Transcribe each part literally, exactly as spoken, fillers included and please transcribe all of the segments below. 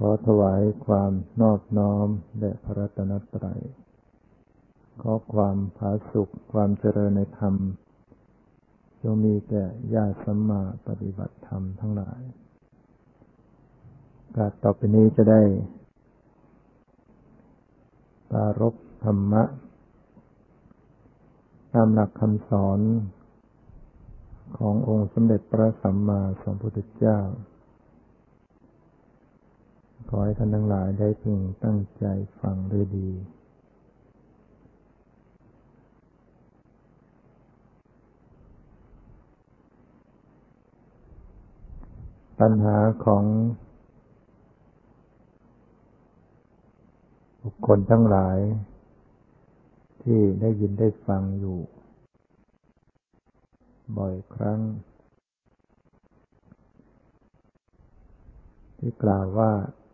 ขอถวายความนอบน้อมแด่พระรัตนตรัยขอความผาสุกความเจริญในธรรมจงมีแก่ญาติสัมมาปฏิบัติธรรมทั้งหลายการต่อไปนี้จะได้ปรารภธรรมะตามหลักคำสอนขององค์สมเด็จพระสัมมาสัมพุทธเจ้าขอให้ท่านทั้งหลายได้พึงตั้งใจฟังด้วยดีปัญหาของบุคคลทั้งหลายที่ได้ยินได้ฟังอยู่บ่อยครั้งที่กล่าวว่า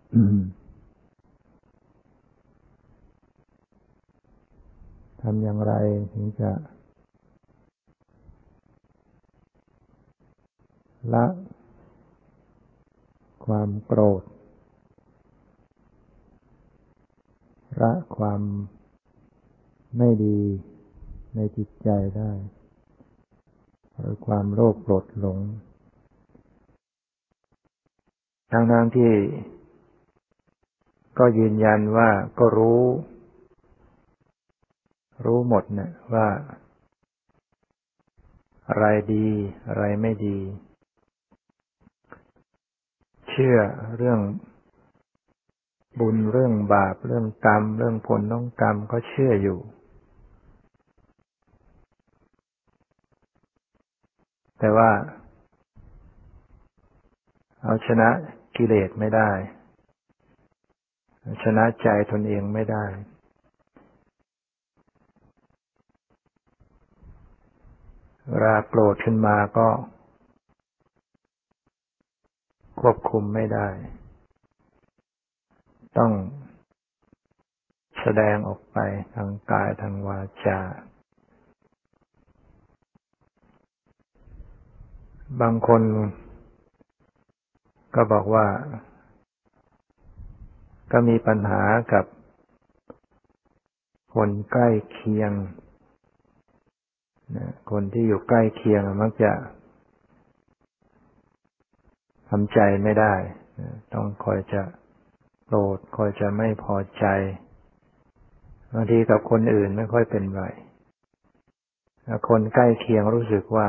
ทำอย่างไรถึงจะละความโกรธละความไม่ดีในจิตใจได้หรือความโลภโกรธหลงทั้งๆที่ก็ยืนยันว่าก็รู้รู้หมดนะว่าอะไรดีอะไรไม่ดีเชื่อเรื่องบุญเรื่องบาปเรื่องกรรมเรื่องผลของกรรมก็เชื่ออยู่แต่ว่าเอาชนะกิเลสไม่ได้ชนะใจตนเองไม่ได้เวลาโกรธขึ้นมาก็ควบคุมไม่ได้ต้องแสดงออกไปทางกายทางวาจาบางคนก็บอกว่าก็มีปัญหากับคนใกล้เคียงนะคนที่อยู่ใกล้เคียงมักจะทำใจไม่ได้นะต้องคอยจะโกรธคอยจะไม่พอใจบางทีกับคนอื่นไม่ค่อยเป็นไรคนใกล้เคียงรู้สึกว่า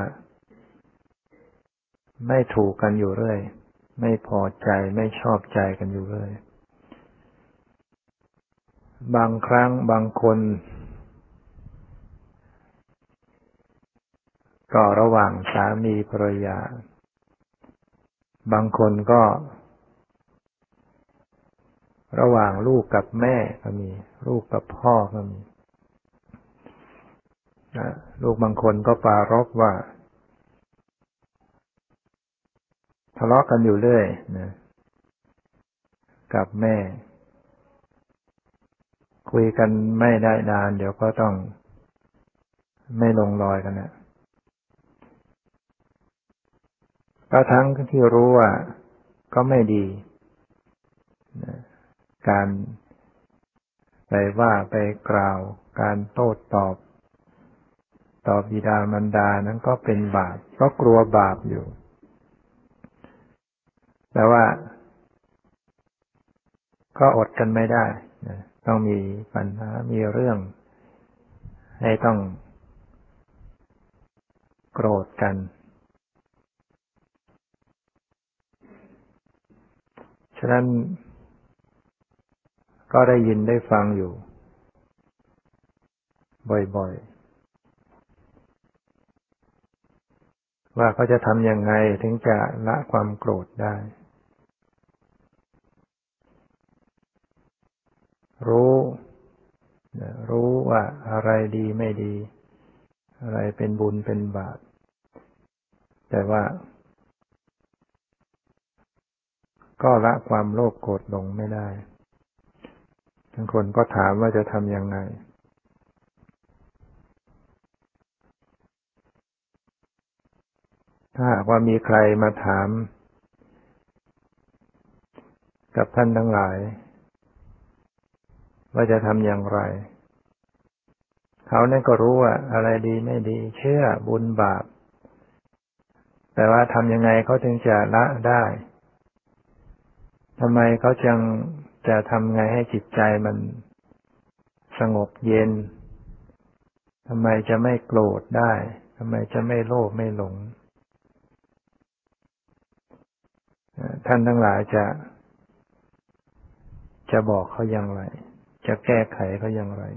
ไม่ถูกกันอยู่เรื่อยไม่พอใจไม่ชอบใจกันอยู่เรื่อยบางครั้งบางคนก็ระหว่างสามีภรรยาบางคนก็ระหว่างลูกกับแม่ก็มีลูกกับพ่อก็มีลูกบางคนก็ปรารภว่าทะเลาะกันอยู่เรื่อยนะกับแม่คุยกันไม่ได้นานเดี๋ยวก็ต้องไม่ลงรอยกันนะก็ทั้งที่รู้ว่าก็ไม่ดีนะการไปว่าไปกล่าวการโต้ตอบต่อบิดามารดานั้นก็เป็นบาปก็กลัวบาปอยู่แต่ว่าก็อดกันไม่ได้นะต้องมีปัญหามีเรื่องให้ต้องโกรธกันฉะนั้นก็ได้ยินได้ฟังอยู่บ่อยๆว่าเขาจะทำยังไงถึงจะละความโกรธได้รู้รู้ว่าอะไรดีไม่ดีอะไรเป็นบุญเป็นบาปแต่ว่าก็ละความโลภโกรธหลงไม่ได้บางคนก็ถามว่าจะทำยังไงถ้าหากว่ามีใครมาถามกับท่านทั้งหลายว่าจะทำอย่างไรเขาเนี่ยก็รู้ว่าอะไรดีไม่ดีเชื่อบุญบาปแต่ว่าทำยังไงเขาถึงจะละได้ทำไมเขาจึงจะทำไงให้จิตใจมันสงบเย็นทำไมจะไม่โกรธได้ทำไมจะไม่โลภไม่หลงท่านทั้งหลายจะจะบอกเขาอย่างไรจะแก้ไขเขาอย่างไร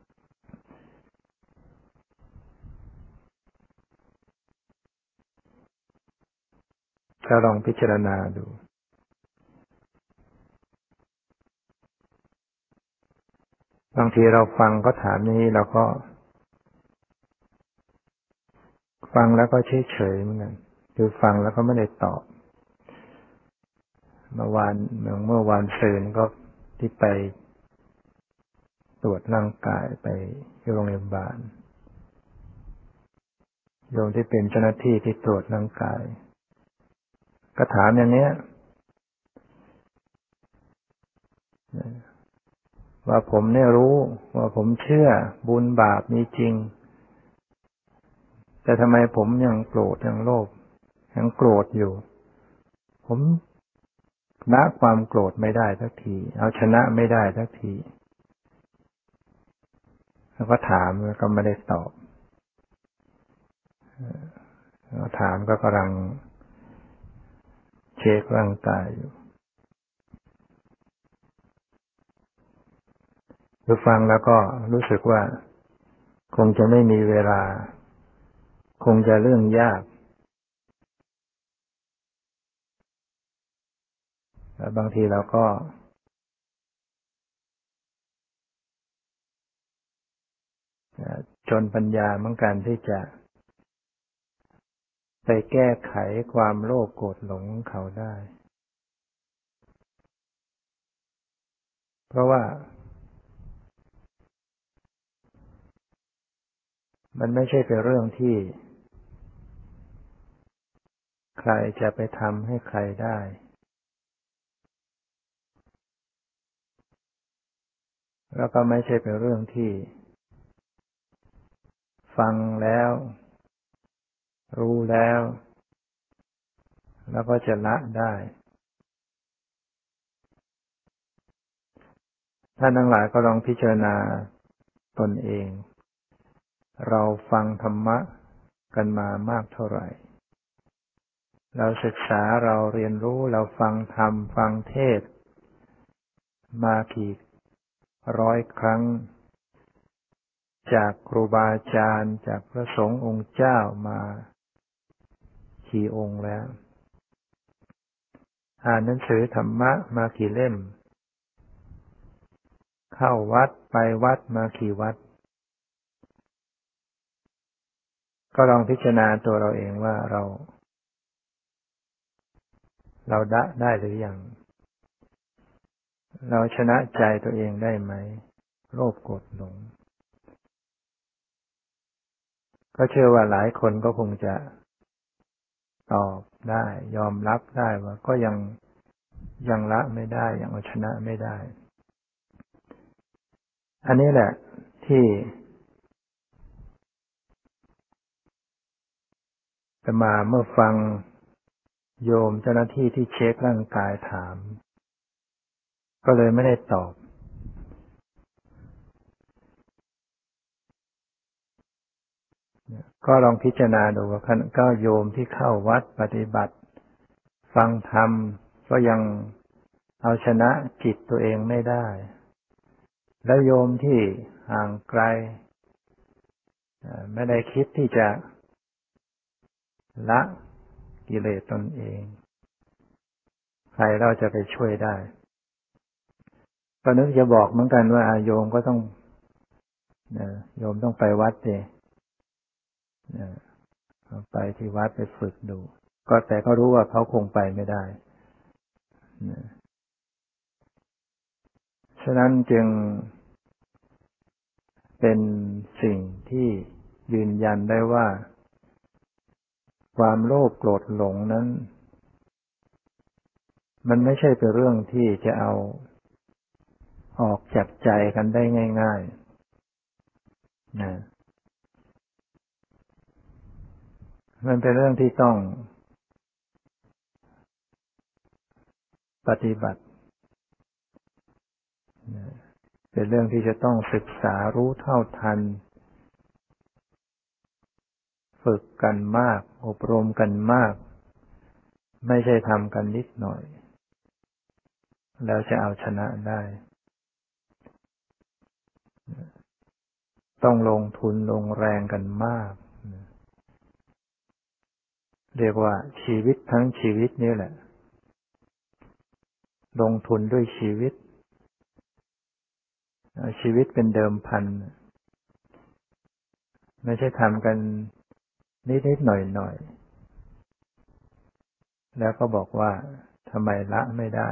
ก็ลองพิจารณาดูบางทีเราฟังก็ถามอย่างนี้เราก็ฟังแล้วก็เฉยๆเหมือนกันคือฟังแล้วก็ไม่ได้ตอบเมื่อวานเมื่อเมื่อวานซืนก็ที่ไปตรวจร่างกายไปที่โรงพยาบาลโยมที่เป็นเจ้าหน้าที่ที่ตรวจร่างกายก็ถามอย่างเนี้ยว่าผมเนี่ยรู้ว่าผมเชื่อบุญบาปมีจริงแต่ทำไมผมยังโกรธยังโลภยังโกรธอยู่ผมละความโกรธไม่ได้สักทีเอาชนะไม่ได้สักทีแล้วก็ถามแล้วก็ไม่ได้ตอบเราถามก็กำลังเช็คร่างกายอยู่ดูฟังแล้วก็รู้สึกว่าคงจะไม่มีเวลาคงจะเรื่องยากแต่บางทีเราก็จนปัญญาเหมือนกันที่จะไปแก้ไขความโลภโกรธหลงของเขาได้เพราะว่ามันไม่ใช่เป็นเรื่องที่ใครจะไปทำให้ใครได้แล้วก็ไม่ใช่เป็นเรื่องที่ฟังแล้วรู้แล้วแล้วก็จะละได้ท่านทั้งหลายก็ลองพิจารณาตนเองเราฟังธรรมะกันมามากเท่าไหร่เราศึกษาเราเรียนรู้เราฟังธรรมฟังเทศน์มากี่ร้อยครั้งจากครูบาอาจารย์จากพระสงฆ์องค์เจ้ามากี่องค์แล้วอ่านหนังสือธรรมะมากี่เล่มเข้าวัดไปวัดมากี่วัดก็ลองพิจารณาตัวเราเองว่าเราเราได้ได้หรือยังเราชนะใจตัวเองได้ไหมโลภโกรธหลงก็เชื่อว่าหลายคนก็คงจะตอบได้ยอมรับได้ว่าก็ยังยังละไม่ได้ยังเอาชนะไม่ได้อันนี้แหละที่จะมาเมื่อฟังโยมเจ้าหน้าที่ที่เช็คร่างกายถามก็เลยไม่ได้ตอบก็ลองพิจารณาดูว่าก็โยมที่เข้าวัดปฏิบัติฟังธรรมก็ยังเอาชนะจิตตัวเองไม่ได้แล้วโยมที่ห่างไกลไม่ได้คิดที่จะละกิเลสตนเองใครเราจะไปช่วยได้ก็นึกจะบอกเหมือนกันว่าโยมก็ต้องโยมต้องไปวัดสิไปที่วัดไปฝึกดูก็แต่ก็รู้ว่าเขาคงไปไม่ได้ฉะนั้นจึงเป็นสิ่งที่ยืนยันได้ว่าความโลภโกรธหลงนั้นมันไม่ใช่เป็นเรื่องที่จะเอาออกจากใจกันได้ง่ายๆนะมันเป็นเรื่องที่ต้องปฏิบัตินะเป็นเรื่องที่จะต้องศึกษารู้เท่าทันฝึกกันมากอบรมกันมากไม่ใช่ทำกันนิดหน่อยแล้วจะเอาชนะได้ต้องลงทุนลงแรงกันมากเรียกว่าชีวิตทั้งชีวิตนี่แหละลงทุนด้วยชีวิตชีวิตเป็นเดิมพันไม่ใช่ทำกันนิดๆหน่อยๆแล้วก็บอกว่าทำไมละไม่ได้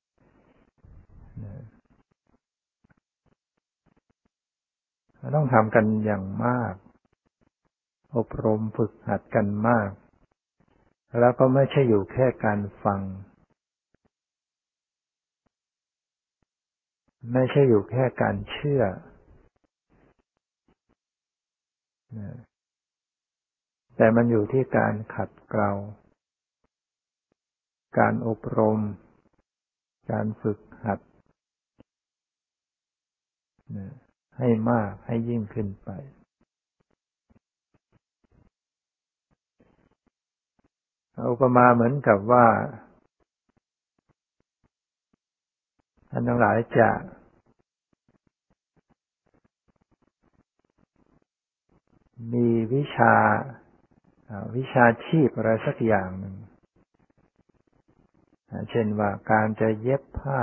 ต้องทำกันอย่างมากอบรมฝึกหัดกันมากแล้วก็ไม่ใช่อยู่แค่การฟังไม่ใช่อยู่แค่การเชื่อแต่มันอยู่ที่การขัดเกลาการอบรมการฝึกหัดให้มากให้ยิ่งขึ้นไปอุปมาเหมือนกับว่าท่านทั้งหลายจะมีวิชาวิชาชีพอะไรสักอย่างหนึ่งเช่นว่าการจะเย็บผ้า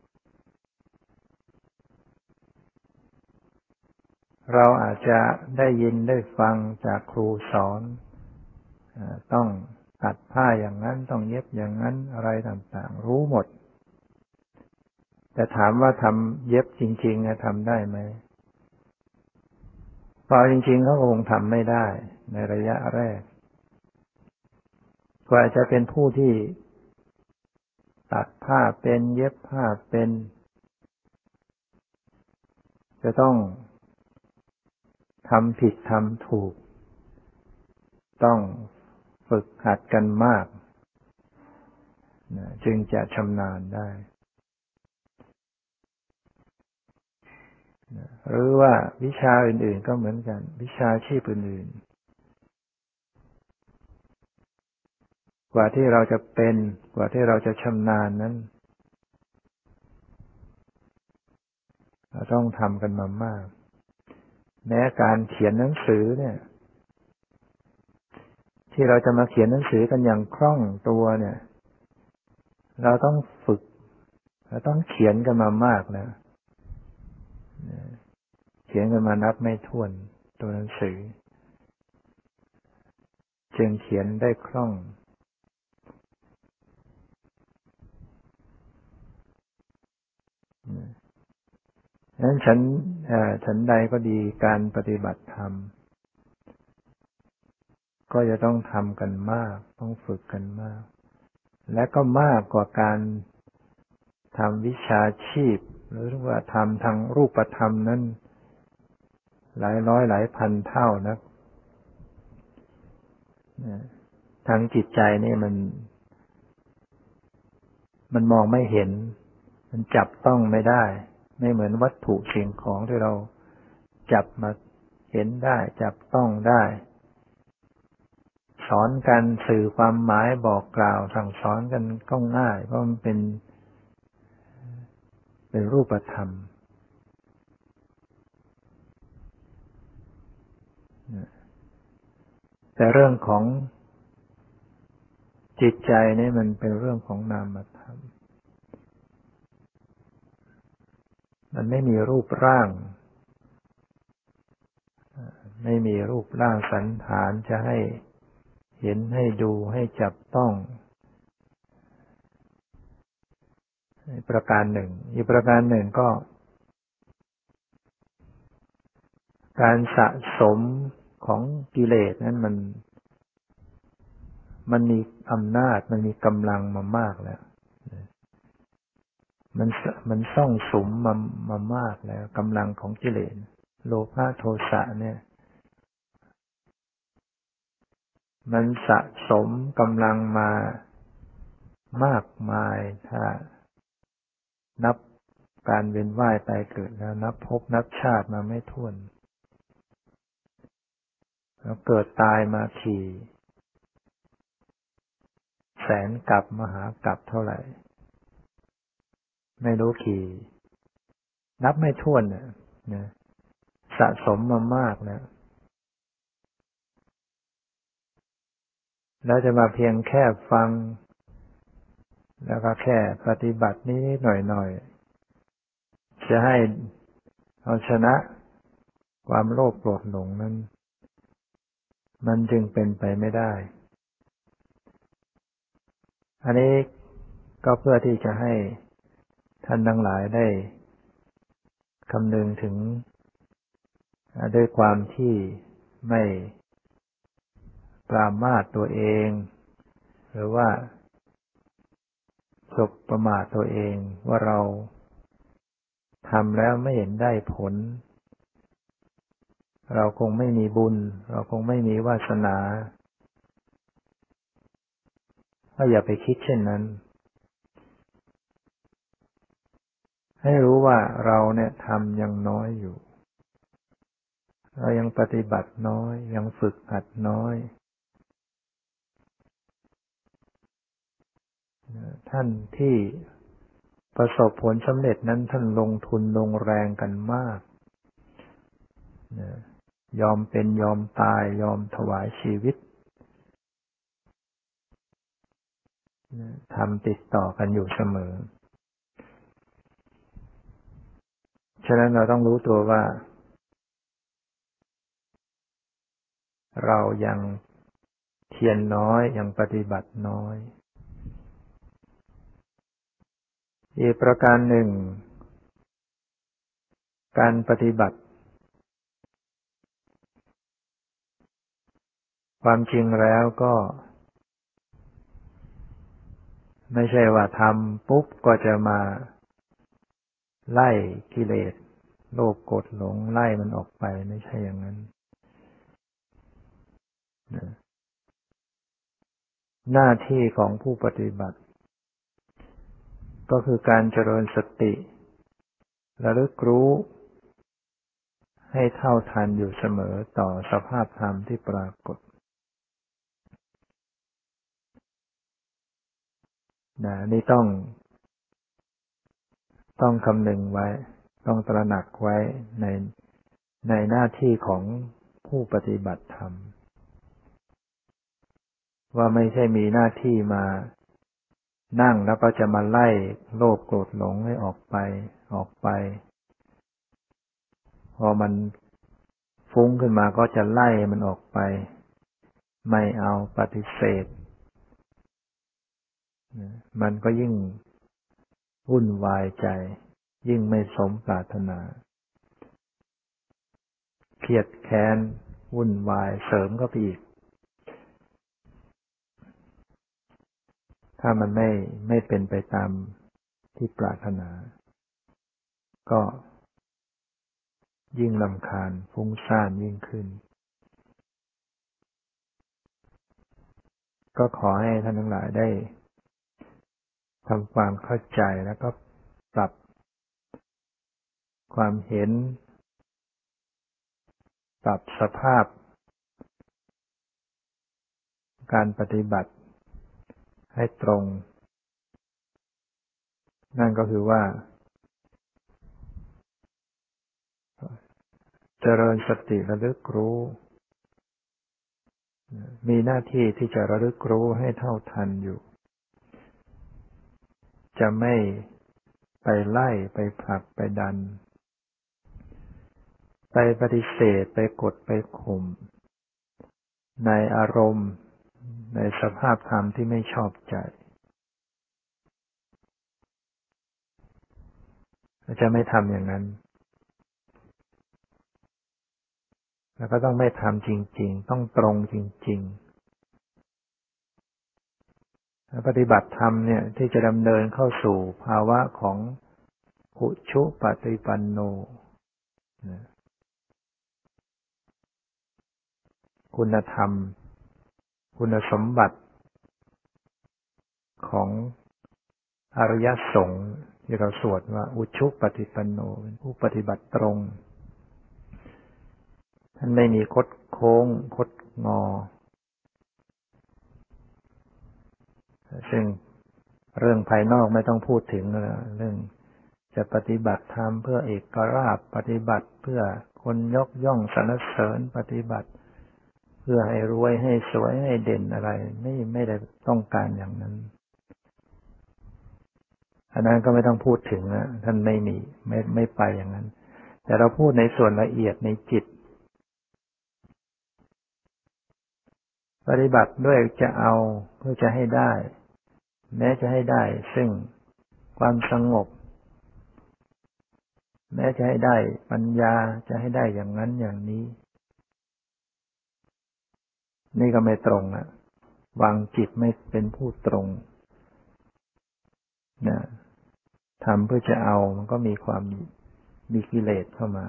เราอาจจะได้ยินได้ฟังจากครูสอนต้องตัดผ้าอย่างนั้นต้องเย็บอย่างนั้นอะไรต่างๆรู้หมดแต่ถามว่าทำเย็บจริงๆทำได้ไหมพอจริงๆเขาคงทำไม่ได้ในระยะแรกกว่าจะเป็นผู้ที่ตัดผ้าเป็นเย็บผ้าเป็นจะต้องทำผิดทำถูกต้องฝึกหัดกันมากจึงจะชำนาญได้หรือว่าวิชาอื่นๆก็เหมือนกันวิชาชีพอื่นๆกว่าที่เราจะเป็นกว่าที่เราจะชำนาญนั้นเราต้องทำกันมามากแม้การเขียนหนังสือเนี่ยที่เราจะมาเขียนหนังสือกันอย่างคล่องตัวเนี่ยเราต้องฝึกเราต้องเขียนกันมามากแล้วเขียนกันมานับไม่ถ้วนตัวหนังสือจึงเขียนได้คล่องดังนั้นฉันฉันใดก็ดีการปฏิบัติธรรมก็จะต้องทำกันมากต้องฝึกกันมากและก็มากกว่าการทำวิชาชีพหรือว่าทำทางรูปธรรมนั้นหลายร้อยหลายพันเท่านะทางจิตใจนี่มันมันมองไม่เห็นมันจับต้องไม่ได้ไม่เหมือนวัตถุสิ่งของที่เราจับมาเห็นได้จับต้องได้สอนกันสื่อความหมายบอกกล่าวสั่งสอนกันก็ง่ายเพราะมันเป็นเป็นรูปธรรมแต่เรื่องของจิตใจนี่มันเป็นเรื่องของนามธรรมมันไม่มีรูปร่างไม่มีรูปร่างสันฐานจะให้เห็นให้ดูให้จับต้องประการหนึ่งอีกประการหนึ่งก็การสะสมของกิเลสนั้นมันมันมีอำนาจมันมีกำลังมามากแล้วมันมันซ่องสุมมามามากแล้วกำลังของกิเลสโลภะโทสะเนี่ยมันสะสมกำลังมามากมายถ้านับการเวียนว่ายตายเกิดแล้วนับภพนับชาติมาไม่ถ้วนแล้วเกิดตายมาขี่แสนกับมหากับเท่าไหร่ไม่รู้ขี่นับไม่ถ้วนเนี่ยนะสะสมมามากแล้วแล้วจะมาเพียงแค่ฟังแล้วก็แค่ปฏิบัตินิดๆหน่อยๆจะให้เอาชนะความโลภโกรธหลงนั้นมันจึงเป็นไปไม่ได้อันนี้ก็เพื่อที่จะให้ท่านทั้งหลายได้คำนึงถึงด้วยความที่ไม่ปรามาสตัวเองหรือว่าสบประมาทตัวเองว่าเราทำแล้วไม่เห็นได้ผลเราคงไม่มีบุญเราคงไม่มีวาสนาก็อย่าไปคิดเช่นนั้นให้รู้ว่าเราเนี่ยทำยังน้อยอยู่เรายังปฏิบัติน้อยยังฝึกหัดน้อยท่านที่ประสบผลสำเร็จนั้นท่านลงทุนลงแรงกันมากยอมเป็นยอมตายยอมถวายชีวิตทำติดต่อกันอยู่เสมอฉะนั้นเราต้องรู้ตัวว่าเรายังเพียรน้อยยังปฏิบัติน้อยอีกประการหนึ่งการปฏิบัติความจริงแล้วก็ไม่ใช่ว่าทำปุ๊บก็จะมาไล่กิเลสโลภโกรธหลงไล่มันออกไปไม่ใช่อย่างนั้นหน้าที่ของผู้ปฏิบัติก็คือการเจริญสติระลึกรู้ให้เท่าทันอยู่เสมอต่อสภาพธรรมที่ปรากฏนะนี่ต้องต้องคำนึงไว้ต้องตระหนักไว้ในในหน้าที่ของผู้ปฏิบัติธรรมว่าไม่ใช่มีหน้าที่มานั่งแล้วก็จะมาไล่โลภโกรธหลงให้ออกไปออกไปพอมันฟุ้งขึ้นมาก็จะไล่มันออกไปไม่เอาปฏิเสธมันก็ยิ่งวุ่นวายใจยิ่งไม่สมปรารถนาเครียดแค้นวุ่นวายเสริมก็ไปอีกถ้ามันไม่ไม่เป็นไปตามที่ปรารถนาก็ยิ่งรำคาญฟุ้งซ่านยิ่งขึ้นก็ขอให้ท่านทั้งหลายได้ทำความเข้าใจแล้วก็ปรับความเห็นปรับสภาพการปฏิบัติให้ตรงนั่นก็คือว่าเจริญสติระลึกรู้มีหน้าที่ที่จะระลึกรู้ให้เท่าทันอยู่จะไม่ไปไล่ไปผลักไปดันไปปฏิเสธไปกดไปข่มในอารมณ์ในสภาพธรรมที่ไม่ชอบใจจะไม่ทำอย่างนั้นแล้วก็ต้องไม่ทำจริงๆต้องตรงจริงๆปฏิบัติธรรมเนี่ยที่จะดำเนินเข้าสู่ภาวะของอุชุปฏิปันโนคุณธรรมคุณสมบัติของอริยสงฆ์ที่เราสวดว่าอุชุปฏิปันโนเป็นผู้ปฏิบัติตรงท่านไม่มีคดโค้งคดงอซึ่งเรื่องภายนอกไม่ต้องพูดถึงแล้วเรื่องจะปฏิบัติธรรมเพื่อเอกราชปฏิบัติเพื่อคนยกย่องสรรเสริญปฏิบัติเพื่อให้รวยให้สวยให้เด่นอะไรไม่ไม่ได้ต้องการอย่างนั้นอันนั้นก็ไม่ต้องพูดถึงนะท่านไม่มีไม่ไม่ไปอย่างนั้นแต่เราพูดในส่วนละเอียดในจิตปฏิบัติด้วยจะเอาเพื่อจะให้ได้แม้จะให้ได้ซึ่งความสงบแม้จะให้ได้ปัญญาจะให้ได้อย่างนั้นอย่างนี้นี่ก็ไม่ตรงนะวางจิตไม่เป็นผู้ตรงนะทำเพื่อจะเอามันก็มีความมีกิเลสเข้ามา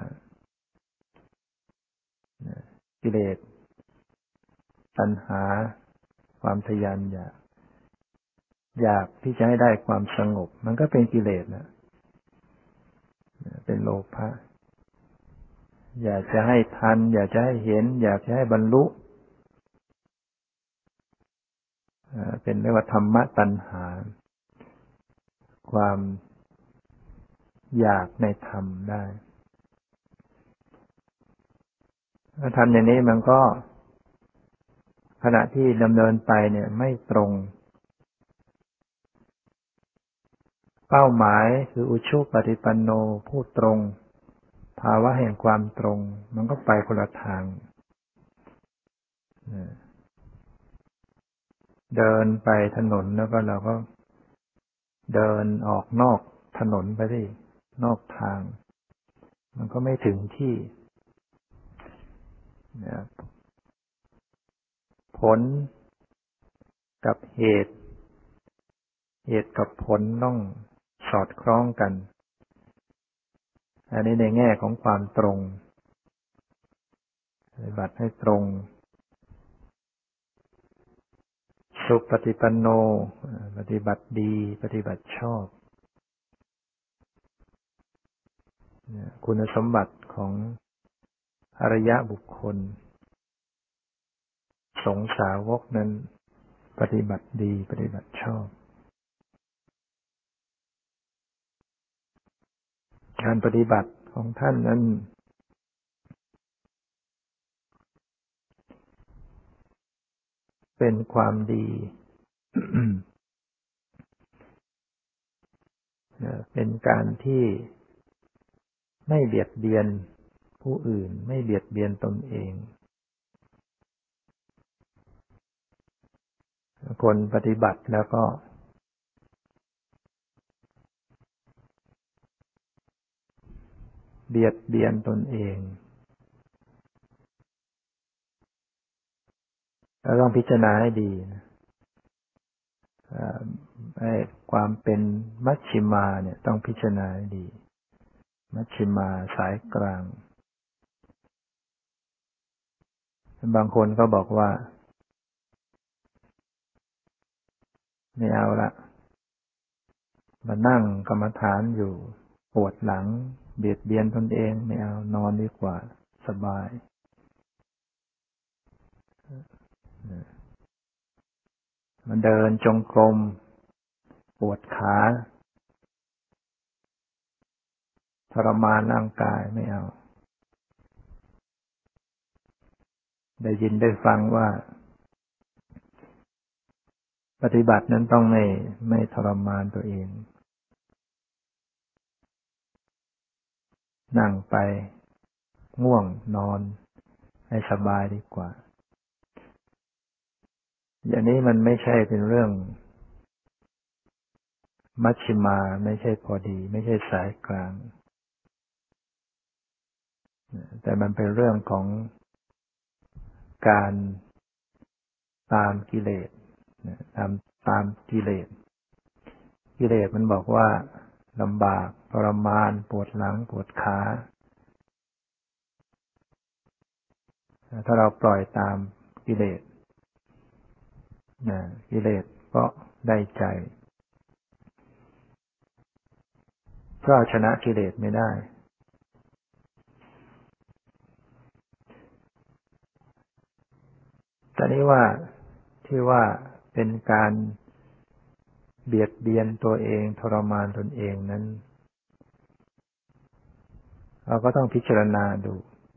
นะกิเลสตัณหาความทยานอยากอยากที่จะให้ได้ความสงบมันก็เป็นกิเลสนะเป็นโลภะอยากจะให้ทันอยากจะให้เห็นอยากจะให้บรรลุเป็นเรียกว่าธรรมะตัณหาความอยากในธรรมได้ถ้าทำอย่างนี้มันก็ขณะที่ดำเนินไปเนี่ยไม่ตรงเป้าหมายคืออุชุปฏิปันโนผู้ตรงภาวะแห่งความตรงมันก็ไปคนละทางเดินไปถนนแล้วก็เราก็เดินออกนอกถนนไปที่นอกทางมันก็ไม่ถึงที่ผลกับเหตุเหตุกับผลต้องสอดคล้องกันอันนี้ในแง่ของความตรงปฏิบัติให้ตรงสุปฏิปันโนปฏิบัติดีปฏิบัติชอบคุณสมบัติของอริยบุคคลสงฆ์สาวกนั้นปฏิบัติดีปฏิบัติชอบการปฏิบัติของท่านนั้นเป็นความดีเป็นการที่ไม่เบียดเบียนผู้อื่นไม่เบียดเบียนตนเองคนปฏิบัติแล้วก็เบียดเบียนตนเองเราต้องพิจารณาให้ดีนะความเป็นมัชฌิมาเนี่ยต้องพิจารณาให้ดีมัชฌิมาสายกลางบางคนก็บอกว่าไม่เอาละมานั่งกรรมฐานอยู่ปวดหลังเบียดเบียนตนเองไม่เอานอนดีกว่าสบายมันเดินจงกรมปวดขาทรมานร่างกายไม่เอาได้ยินได้ฟังว่าปฏิบัตินั้นต้องไม่ไม่ทรมานตัวเองนั่งไปง่วงนอนให้สบายดีกว่าอย่างนี้มันไม่ใช่เป็นเรื่องมัชฌิมาไม่ใช่พอดีไม่ใช่สายกลางแต่มันเป็นเรื่องของการตามกิเลสตามตามกิเลสกิเลสมันบอกว่าลำบากทรมานปวดหลังปวดขาถ้าเราปล่อยตามกิเลสนะกิเลสก็ได้ใจก็ชนะกิเลสไม่ได้ตอนนี้ว่าที่ว่าเป็นการเบียดเบียนตัวเองทรมานตนเองนั้นเราก็ต้องพิจารณาดู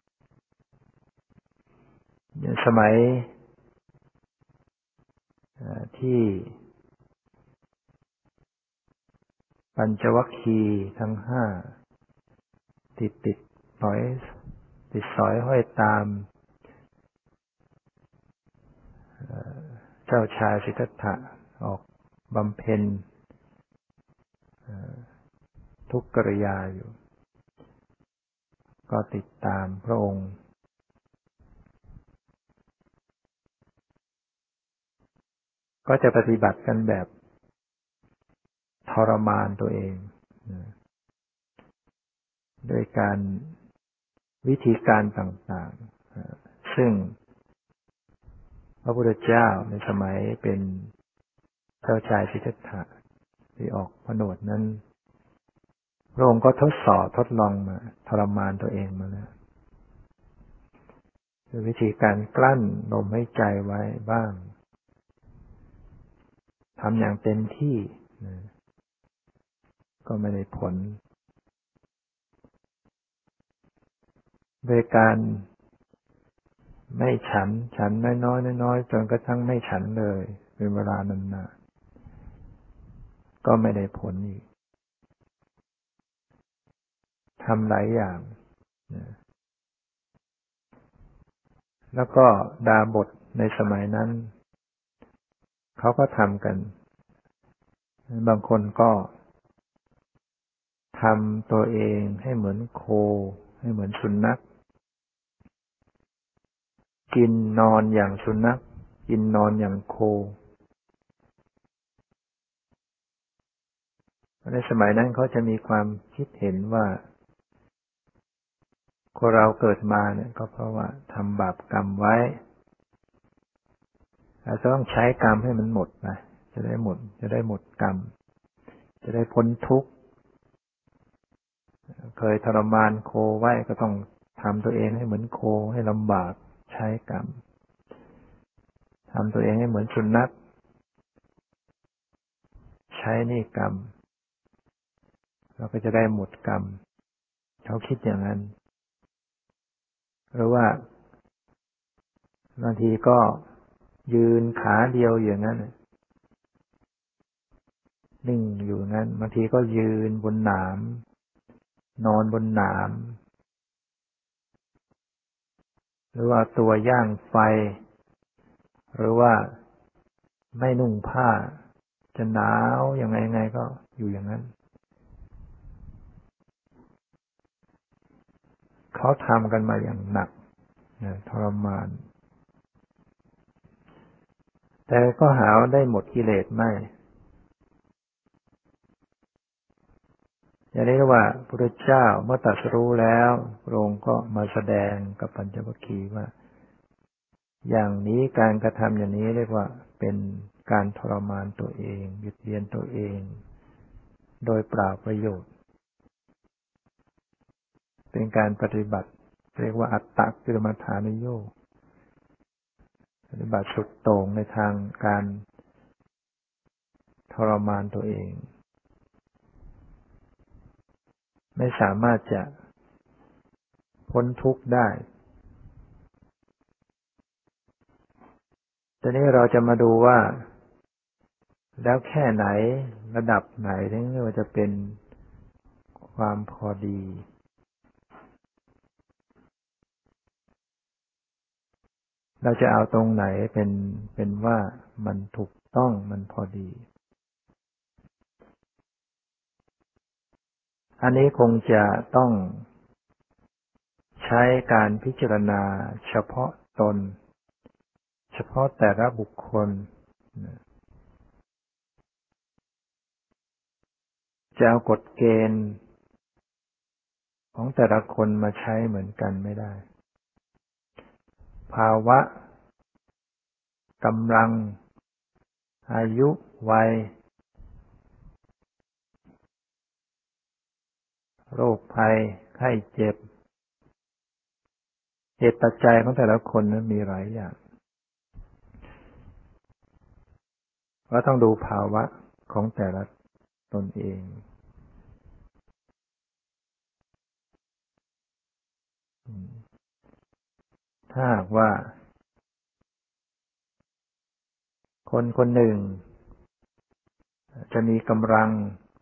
สมัยที่ปัญจวัคคีย์ทั้งห้าติดติดสอยติดสอยห้อยตามเจ้าชายสิทธัตถะออกบำเพ็ญทุกขกิริยาอยู่ก็ติดตามพระองค์ก็จะปฏิบัติกันแบบทรมานตัวเองด้วยการวิธีการต่างๆซึ่งพระพุทธเจ้าในสมัยเป็นเจ้าชายสิทธัตถะที่ออกผนวดนั้นพระองค์ก็ทดสอบทดลองมาทรมานตัวเองมาแล้วด้วยวิธีการกลั้นลมหายใจไว้บ้างทำอย่างเต็มที่ก็ไม่ได้ผลโดยการไม่ฉันฉันน้อยๆน้อยๆจนกระทั่งไม่ฉันเลยเป็นเวลานานๆก็ไม่ได้ผลอีกทำหลายอย่างแล้วก็ดาบทในสมัยนั้นเขาก็ทำกันบางคนก็ทำตัวเองให้เหมือนโคให้เหมือนสุนัขกินนอนอย่างสุนัขกินนอนอย่างโคในสมัยนั้นเขาจะมีความคิดเห็นว่าคนเราเกิดมาเนี่ยก็เพราะว่าทำบาปกรรมไว้เราต้องใช้กรรมให้มันหมดนะจะได้หมดจะได้หมดกรรมจะได้พ้นทุกข์เคยทรมานโคไว้ก็ต้องทำตัวเองให้เหมือนโคให้ลำบากใช้กรรมทำตัวเองให้เหมือนสุนัขใช้นี่กรรมเราก็จะได้หมดกรรมเขาคิดอย่างนั้นหรือว่าบางทีก็ยืนขาเดียวอย่างนั้นนิ่งอยู่งั้นบางทีก็ยืนบนหนามนอนบนหนามหรือว่าตัวย่างไฟหรือว่าไม่นุ่งผ้าจะหนาวยังไงไงก็อยู่อย่างนั้นเขาทำกันมาอย่างหนักทรมานแต่ก็หาได้หมดกิเลสไม่อย่างนี้ว่าพระพุทธเจ้าเมื่อตรัสรู้แล้วพระองค์ก็มาแสดงกับปัญจวัคคีย์ว่าอย่างนี้การกระทำอย่างนี้เรียกว่าเป็นการทรมานตัวเองเบียดเบียนตัวเองโดยเปล่าประโยชน์เป็นการปฏิบัติเรียกว่าอัตตกิลมัฏฐานโยคปฏิบัติสุดโต่งในทางการทรมานตัวเองไม่สามารถจะพ้นทุกข์ได้ตอนนี้เราจะมาดูว่าแล้วแค่ไหนระดับไหนถึงว่าจะเป็นความพอดีเราจะเอาตรงไหนเป็นเป็นว่ามันถูกต้องมันพอดีอันนี้คงจะต้องใช้การพิจารณาเฉพาะตนเฉพาะแต่ละบุคคลจะเอากฎเกณฑ์ของแต่ละคนมาใช้เหมือนกันไม่ได้ภาวะกำลังอายุวัยโรคภัยไข้เจ็บเหตุปัจจัยของแต่ละคนนั้นมีหลายอย่างก็ต้องดูภาวะของแต่ละตนเองถ้าหากว่าคนคนหนึ่งจะมีกำลัง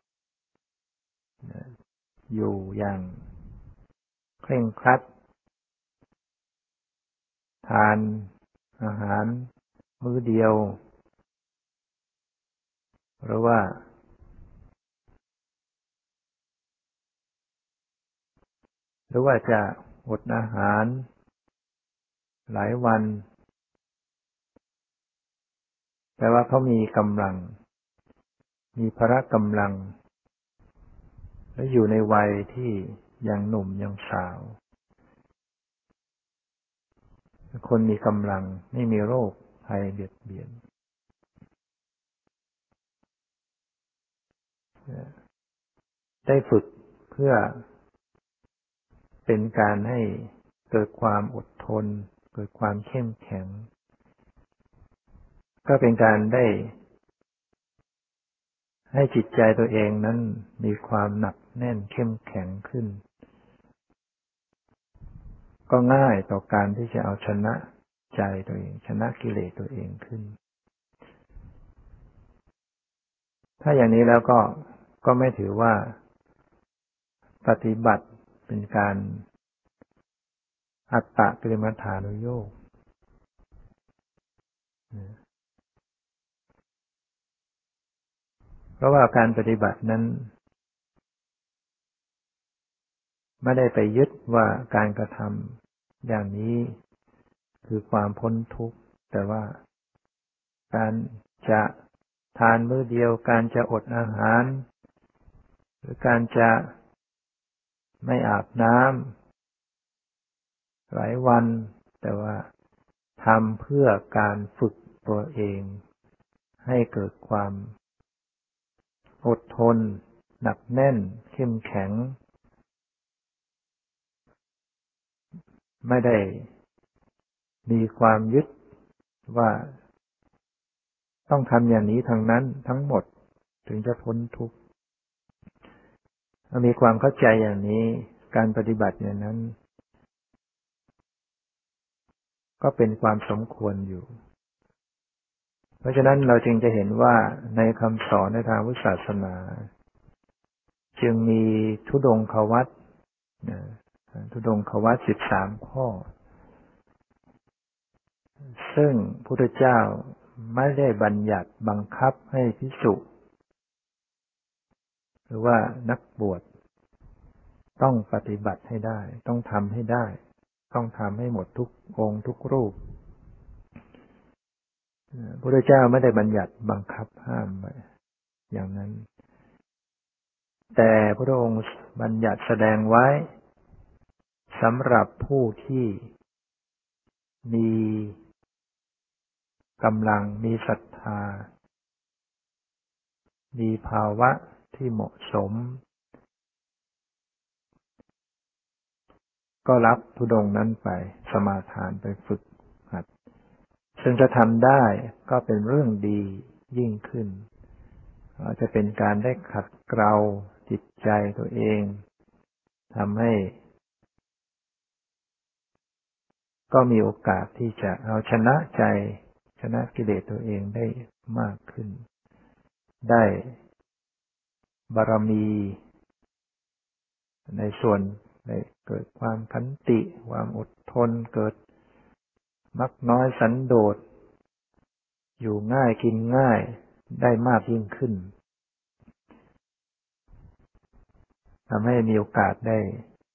อยู่อย่างเคร่งครัดทานอาหารมื้อเดียวหรือว่าหรือว่าจะอดอาหารหลายวันแต่ว่าเขามีกำลังมีพละกำลังและอยู่ในวัยที่ยังหนุ่มยังสาวคนมีกำลังไม่มีโรคภัยเบียดเบียนได้ฝึกเพื่อเป็นการให้เกิดความอดทนเกิดความเข้มแข็งก็เป็นการได้ให้จิตใจตัวเองนั้นมีความหนักแน่นเข้มแข็งขึ้นก็ง่ายต่อการที่จะเอาชนะใจตัวเองชนะกิเลสตัวเองขึ้นถ้าอย่างนี้แล้วก็ก็ไม่ถือว่าปฏิบัติเป็นการอัตตกิลมัฏฐานุโยคเพราะว่าการปฏิบัตินั้นไม่ได้ไปยึดว่าการกระทำอย่างนี้คือความพ้นทุกข์แต่ว่าการจะทานมื้อเดียวการจะอดอาหารหรือการจะไม่อาบน้ำหลายวันแต่ว่าทำเพื่อการฝึกตัวเองให้เกิดความอดทนหนักแน่นเข้มแข็งไม่ได้มีความยึดว่าต้องทำอย่างนี้ทั้งนั้นทั้งหมดถึงจะพ้นทุกข์มีความเข้าใจอย่างนี้การปฏิบัติอย่างนั้นก็เป็นความสมควรอยู่เพราะฉะนั้นเราจึงจะเห็นว่าในคำสอนในทางพุทธศาสนาจึงมีธุดงควัตรธุดงควัตรสิบสามข้อซึ่งพระพุทธเจ้าไม่ได้บัญญัติบังคับให้ภิกษุหรือว่านักบวชต้องปฏิบัติให้ได้ต้องทำให้ได้ต้องทำให้หมดทุกองค์ทุกรูปพระพุทธเจ้าไม่ได้บัญญัติบังคับห้ามไว้อย่างนั้นแต่พระองค์บัญญัติแสดงไว้สำหรับผู้ที่มีกำลังมีศรัทธามีภาวะที่เหมาะสมก็รับธุดงค์นั้นไปสมาทานไปฝึกหัดซึ่งจะทำได้ก็เป็นเรื่องดียิ่งขึ้นอาจจะเป็นการได้ขัดเกลาจิตใจตัวเองทำให้ก็มีโอกาสที่จะเอาชนะใจชนะกิเลสตัวเองได้มากขึ้นได้บารมีในส่วนได้เกิดความขันติความอดทนเกิดมักน้อยสันโดษอยู่ง่ายกินง่ายได้มากยิ่งขึ้นทำให้มีโอกาสได้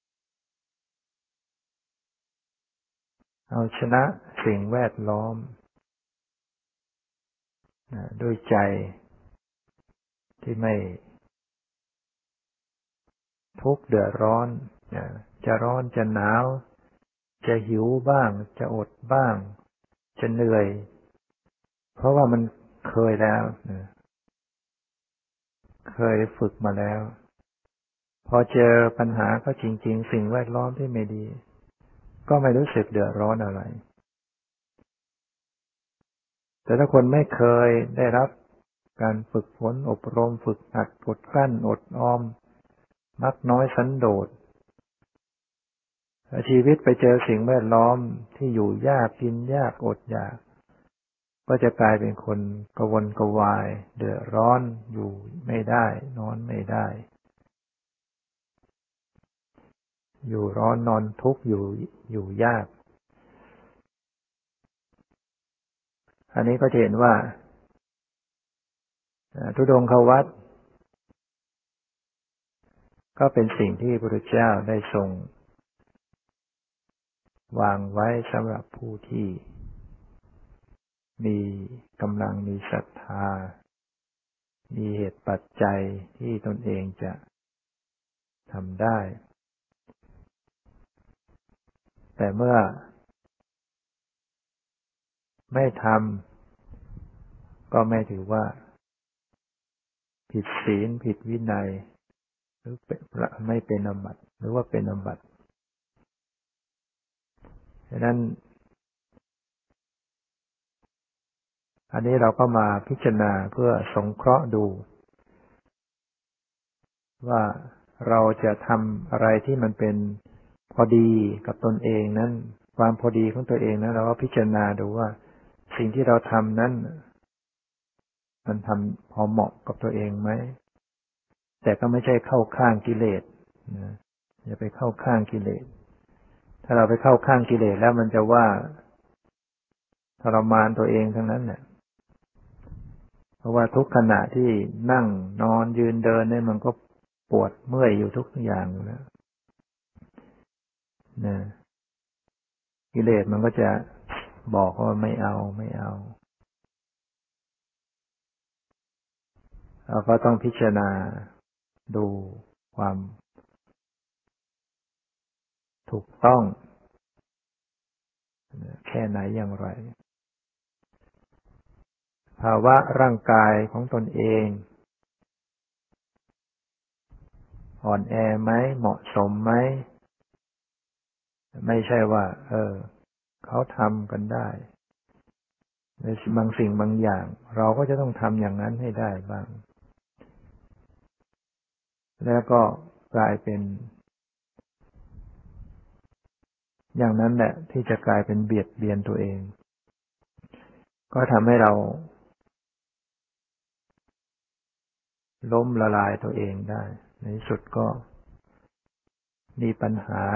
เอาชนะสิ่งแวดล้อมด้วยใจที่ไม่ทุกข์เดือดร้อนจะร้อนจะหนาวจะหิวบ้างจะอดบ้างจะเหนื่อยเพราะว่ามันเคยแล้วเคยฝึกมาแล้วพอเจอปัญหาก็จริงๆสิ่งแวดล้อมที่ไม่ดีก็ไม่รู้สึกเดือดร้อนอะไรแต่ถ้าคนไม่เคยได้รับการฝึกฝนอบรมฝึกหัดอดกลั้นอดออมมักน้อยสันโดษชีวิตไปเจอสิ่งแวดล้อมที่อยู่ยากกินยากอดอยากก็จะกลายเป็นคนกระวนกระวายเดือดร้อนอยู่ไม่ได้นอนไม่ได้อยู่ร้อนนอนทุกข์อยู่อยู่ยากอันนี้ก็จะเห็นว่าธุดงควัตรก็เป็นสิ่งที่พระพุทธเจ้าได้ทรงวางไว้สำหรับผู้ที่มีกำลังมีศรัทธามีเหตุปัจจัยที่ตนเองจะทำได้แต่เมื่อไม่ทำก็ไม่ถือว่าผิดศีลผิดวินัยหรือไม่เป็นอาบัติหรือว่าเป็นอาบัติดังนั้นอันนี้เราก็มาพิจารณาเพื่อสงเคราะห์ดูว่าเราจะทำอะไรที่มันเป็นพอดีกับตนเองนั้นความพอดีของตัวเองนั้นเราก็พิจารณาดูว่าสิ่งที่เราทำนั้นมันทำพอเหมาะกับตัวเองไหมแต่ก็ไม่ใช่เข้าข้างกิเลสนะอย่าไปเข้าข้างกิเลสถ้าเราไปเข้าข้างกิเลสแล้วมันจะว่าทรมานตัวเองทั้งนั้นเนี่ยเพราะว่าทุกขณะที่นั่งนอนยืนเดินเนี่ยมันก็ปวดเมื่อยอยู่ทุกอย่างอยู่แล้วนะกิเลสมันก็จะบอกว่าไม่เอาไม่เอาเราก็ต้องพิจารณาดูความถูกต้องแค่ไหนอย่างไรภาวะร่างกายของตนเองอ่อนแอไหมเหมาะสมไหมไม่ใช่ว่าเออเขาทำกันได้ในบางสิ่งบางอย่างเราก็จะต้องทำอย่างนั้นให้ได้บ้างแล้วก็กลายเป็นอย่างนั้นแหละที่จะกลายเป็นเบียดเบียนตัวเองก็ทำให้เราล้มละลายตัวเองได้ในที่สุดก็มีปัญหา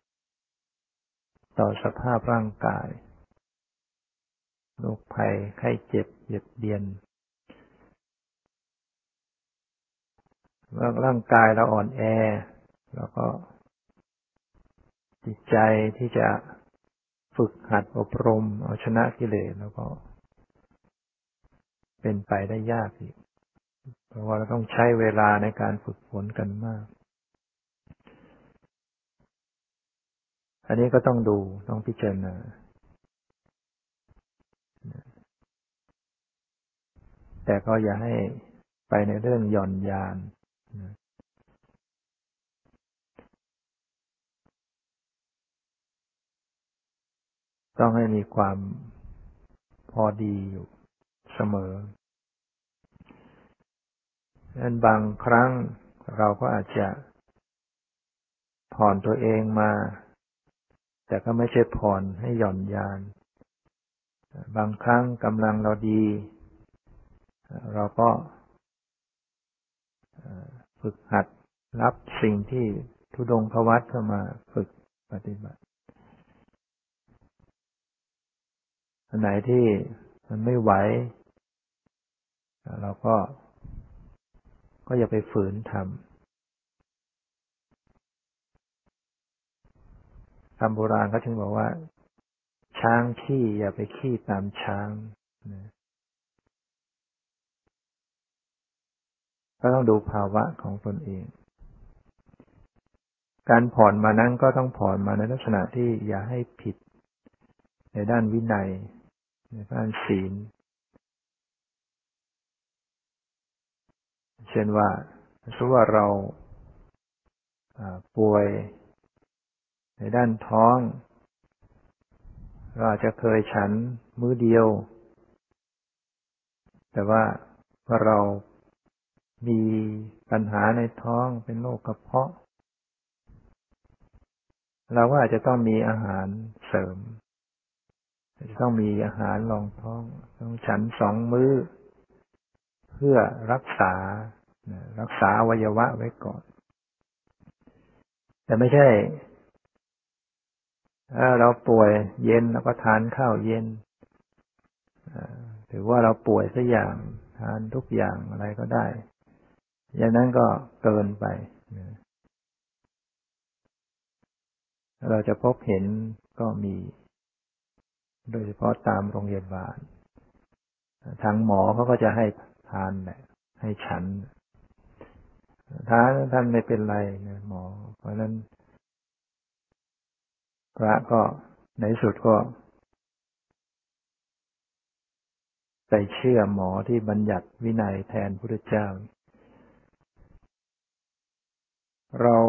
ต่อสภาพร่างกายโรคภัยไข้เจ็บเบียดเบียนว่าร่างกายเราอ่อนแอแล้วก็จิตใจที่จะฝึกหัดอบรมเอาชนะกิเลสแล้วก็เป็นไปได้ยากอีกเพราะว่าเราต้องใช้เวลาในการฝึกฝนกันมากอันนี้ก็ต้องดูต้องพิจารณาแต่ก็อย่าให้ไปในเรื่องหย่อนยานต้องให้มีความพอดีอยู่เสมอดังนั้นบางครั้งเราก็อาจจะผ่อนตัวเองมาแต่ก็ไม่ใช่ผ่อนให้หย่อนยานบางครั้งกำลังเราดีเราก็ฝึกหัดรับสิ่งที่ธุดงควัตรเข้ามาฝึกปฏิบัติอันไหนที่มันไม่ไหวเราก็ก็อย่าไปฝืนทำคำโบราณเขาถึงบอกว่าช้างขี้อย่าไปขี้ตามช้างก็ต้องดูภาวะของตนเองการผ่อนมานั้นก็ต้องผ่อนมาในลักษณะที่อย่าให้ผิดในด้านวินัยในด้านศีลเช่นว่าสมมติว่าเราป่วยในด้านท้องเราอาจจะเคยฉันมื้อเดียวแต่ว่าพอเรามีปัญหาในท้องเป็นโรคกระเพาะเราก็อาจจะต้องมีอาหารเสริมจะต้องมีอาหารรองท้องต้องฉันสองมื้อเพื่อรักษารักษาอวัยวะไว้ก่อนแต่ไม่ใช่เราป่วยเย็นแล้วก็ทานข้าวเย็นถือว่าเราป่วยสักอย่างทานทุกอย่างอะไรก็ได้อย่างนั้นก็เกินไปเราจะพบเห็นก็มีโดยเฉพาะตามโรงพยาบาลทางหมอเขาก็จะให้ทานแหละให้ฉันทานท่านไม่เป็นไรนะหมอเพราะนั้นพระก็ในสุดก็ไปเชื่อหมอที่บัญญัติวินัยแทนพระพุทธเจ้าเรา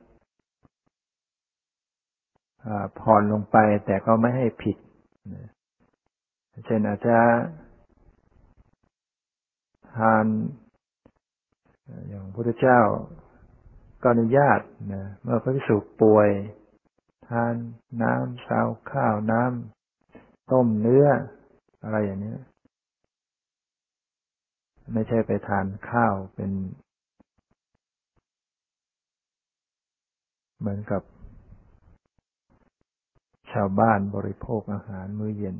ผ่อนลงไปแต่ก็ไม่ให้ผิดเช่นอาจจะทานอย่างพระพุทธเจ้าก็อนุญาตนะเมื่อพระภิกษุป่วยทานน้ำซาวข้าวน้ำต้มเนื้ออะไรอย่างนี้ไม่ใช่ไปทานข้าวเป็นเหมือนกับชาวบ้านบริโภคอาหารมื้อเย็น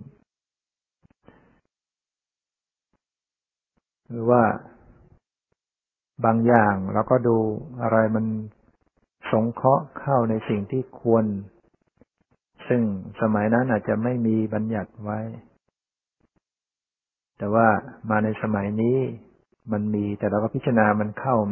หรือว่าบางอย่างเราก็ดูอะไรมันสงเคราะห์เข้าในสิ่งที่ควรซึ่งสมัยนั้นอาจจะไม่มีบัญญัติไว้แต่ว่ามาในสมัยนี้มันมีแต่เราก็พิจารณามันเข้าไหม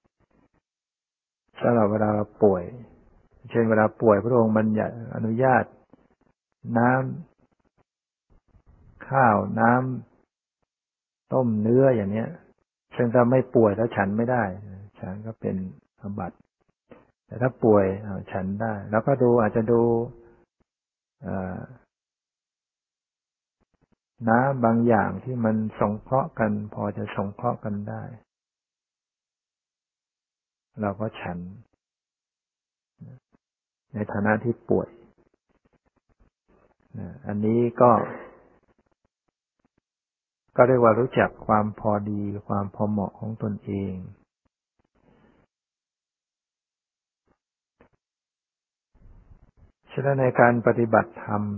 สำหรับเวลาเราป่วยเช่นเวลาป่วยพระองค์บัญญัติอนุญาตน้ำข้าวน้ำต้มเนื้ออย่างเนี้ยซึ่งถ้าไม่ป่วยแล้วฉันไม่ได้ฉันก็เป็นอาบัติแต่ถ้าป่วยฉันได้แล้วก็ดูอาจจะดูน้ำบางอย่างที่มันสงเคราะห์กันพอจะสงเคราะห์กันได้เราก็ฉันในฐานะที่ป่วยอันนี้ก็ก็เรียกว่ารู้จักความพอดีความพอเหมาะของตนเองฉะนั้นในการปฏิบัติธรรม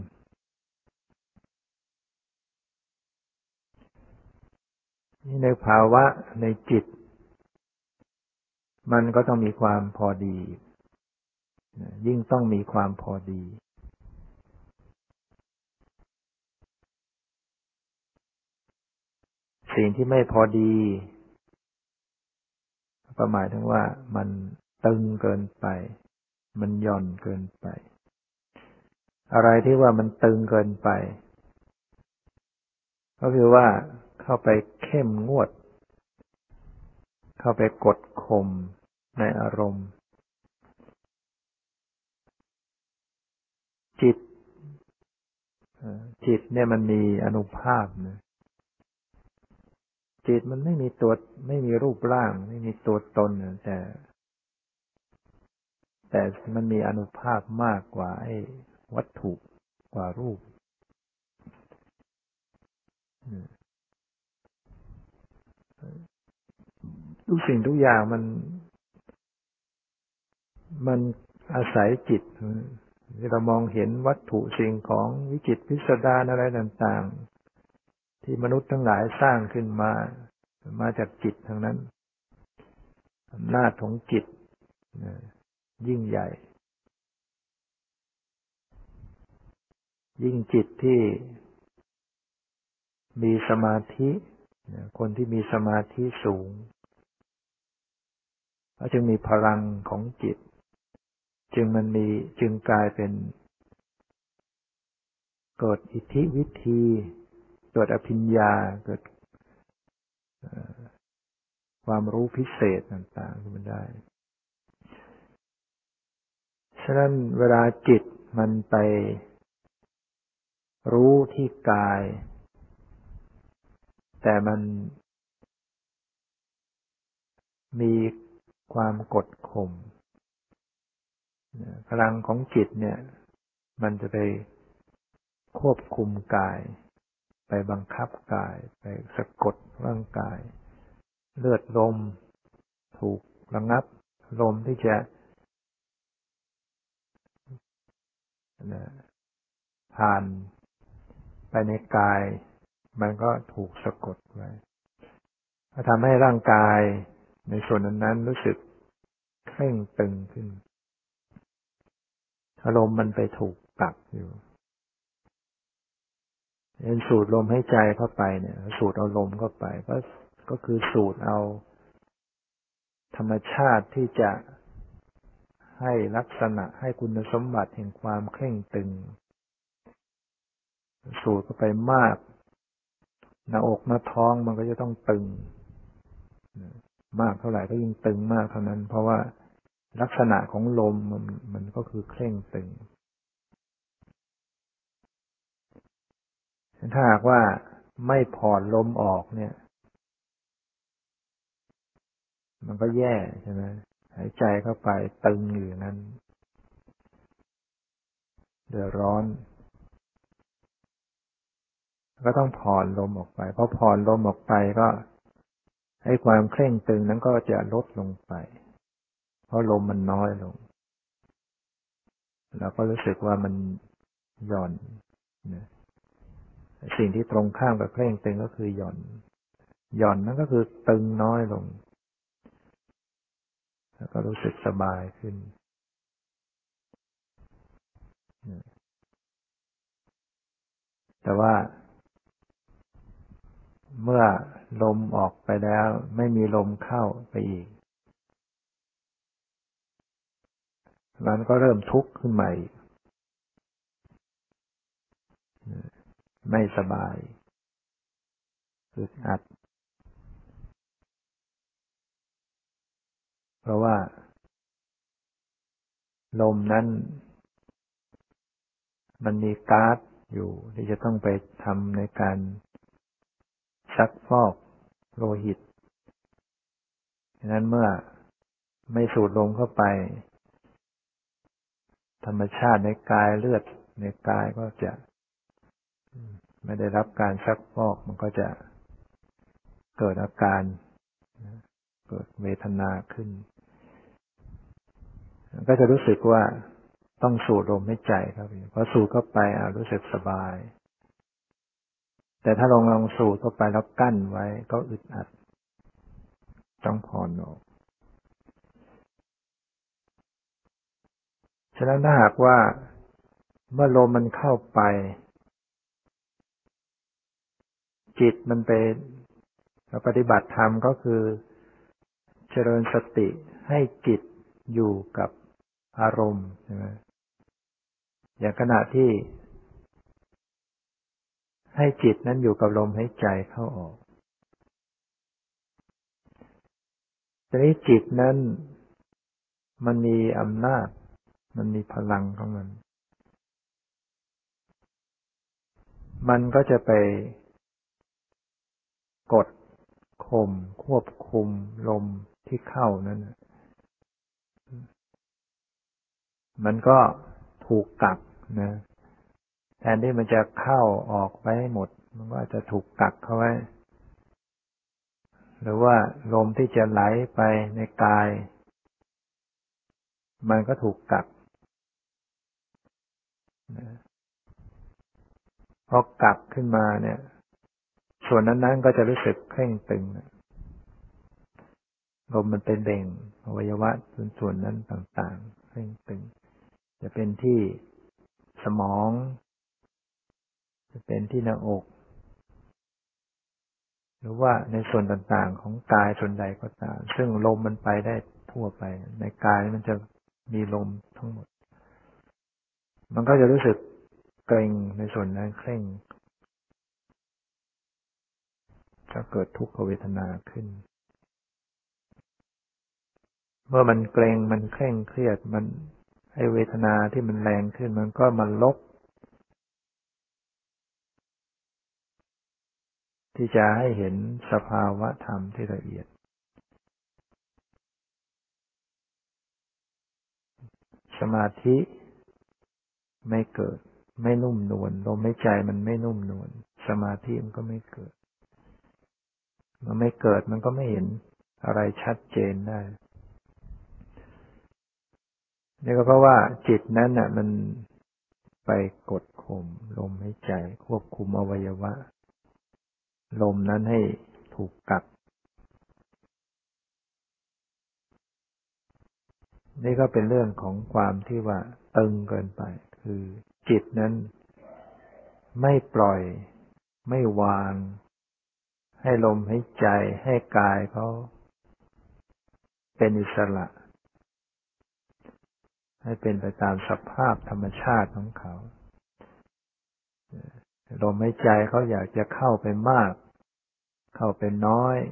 ในภาวะในจิตมันก็ต้องมีความพอดียิ่งต้องมีความพอดีสิ่งที่ไม่พอดีก็หมายถึงว่ามันตึงเกินไปมันหย่อนเกินไปอะไรที่ว่ามันตึงเกินไปก็คือว่าเข้าไปเข้มงวดเข้าไปกดข่มในอารมณ์จิตจิตเนี่ยมันมีอานุภาพนะจิตมันไม่มีตัวไม่มีรูปร่างไม่มีตัวตนแต่แต่มันมีอานุภาพมากกว่าไอ้วัตถุกว่ารูปทุกสิ่งทุกอย่างมันมันอาศัยจิตที่เรามองเห็นวัตถุสิ่งของวิจิตรพิสดารอะไรต่างๆที่มนุษย์ทั้งหลายสร้างขึ้นมามาจากจิตทั้งนั้นอำนาจของจิตยิ่งใหญ่ยิ่งจิตที่มีสมาธิคนที่มีสมาธิสูงก็จึงมีพลังของจิตจึงมันมีจึงกลายเป็นเกิดอิทธิวิธีเกิดอภิญญาเกิดความรู้พิเศษต่างๆขึ้นมาได้ฉะนั้นเวลาจิตมันไปรู้ที่กายแต่มันมีความกดข่มพลังของจิตเนี่ยมันจะไปควบคุมกายไปบังคับกายไปสะกดร่างกายเลือดลมถูกระงับลมที่จะผ่านไปในกายมันก็ถูกสะกดไว้ทำให้ร่างกายในส่วนนั้นๆรู้สึกเคร่งตึงขึ้นอารมณ์มันไปถูกกักอยู่เอ็นสูดลมให้ใจเข้าไปเนี่ยสูดเอาลมเข้าไปก็ก็คือสูดเอาธรรมชาติที่จะให้ลักษณะให้คุณสมบัติแห่งความเคร่งตึงสูดเข้าไปมากหน้าอกหน้าท้องมันก็จะต้องตึงมากเท่าไหร่ก็ยิ่งตึงมากเท่านั้นเพราะว่าลักษณะของลมมันมันก็คือเคร่งตึงถ้าหากว่าไม่ผ่อนลมออกเนี่ยมันก็แย่ใช่ไหมหายใจเข้าไปตึงอยู่นั้นเดือดร้อนก็ต้องผ่อนลมออกไปพอผ่อนลมออกไปก็ให้ความเคร่งตึงนั้นก็จะลดลงไปเพราะลมมันน้อยลงเราก็รู้สึกว่ามันหย่อนนะสิ่งที่ตรงข้ามกับเคร่งตึงก็คือหย่อนหย่อนนั่นก็คือตึงน้อยลงแล้วก็รู้สึกสบายขึ้นแต่ว่าเมื่อลมออกไปแล้วไม่มีลมเข้าไปอีกมันก็เริ่มทุกข์ขึ้นมาอีกไม่สบายอึดอัดเพราะว่าลมนั้นมันมีก๊าซอยู่ที่จะต้องไปทำในการซักฟอกโลหิตฉะนั้นเมื่อไม่สูดลมเข้าไปธรรมชาติในกายเลือดในกายก็จะไม่ได้รับการซักฟอกมันก็จะเกิดอาการเกิดเวทนาขึ้นก็จะรู้สึกว่าต้องสูดลมให้ใจครับพอสูดเข้าไปอ่ะรู้สึกสบายแต่ถ้าลองลองสูดเข้าไปแล้วกั้นไว้ก็อึดอัดต้องผ่อนออกฉะนั้นถ้าหากว่าเมื่อลมมันเข้าไปจิตมันไปปฏิบัติธรรมก็คือเจริญสติให้จิตอยู่กับอารมณ์ใช่ไหมอย่างขณะที่ให้จิตนั้นอยู่กับลมหายใจเข้าออกทีนี้จิตนั้นมันมีอำนาจมันมีพลังของมันมันก็จะไปกดข่มควบคุมลมที่เข้านั้นมันก็ถูกกักนะแทนที่มันจะเข้าออกไปให้หมดมันก็จะถูกกักเข้าไว้หรือว่าลมที่จะไหลไปในกายมันก็ถูกกักพอกักขึ้นมาเนี่ยส่วนนั้นๆก็จะรู้สึกเคร่งตึงลมมันเป็นเบ่งอวัยวะส่วนๆนั้นต่างๆเคร่งตึงจะเป็นที่สมองจะเป็นที่หน้าอกหรือว่าในส่วนต่างๆของกายส่วนใดก็ตามซึ่งลมมันไปได้ทั่วไปในกายมันจะมีลมทั้งหมดมันก็จะรู้สึกเกร็งในส่วนนั้นเคร่งจะเกิดทุกขเวทนาขึ้นเมื่อมันเกร็งมันเคร่งเครียดมันไอเวทนาที่มันแรงขึ้นมันก็มันลบที่จะให้เห็นสภาวะธรรมที่ละเอียดสมาธิไม่เกิดไม่นุ่มนวลลมหายใจมันไม่นุ่มนวลสมาธิมันก็ไม่เกิดมันไม่เกิดมันก็ไม่เห็นอะไรชัดเจนได้นี่ก็เพราะว่าจิตนั้นน่ะมันไปกดข่มลมหายใจควบคุมอวัยวะลมนั้นให้ถูกกักนี่ก็เป็นเรื่องของความที่ว่าตึงเกินไปคือจิตนั้นไม่ปล่อยไม่วางให้ลมหายใจให้กายเขาเป็นอิสระให้เป็นไปตามสภาพธรรมชาติของเขาลมหายใจเขาอยากจะเข้าไปมากเข้าไปน้อย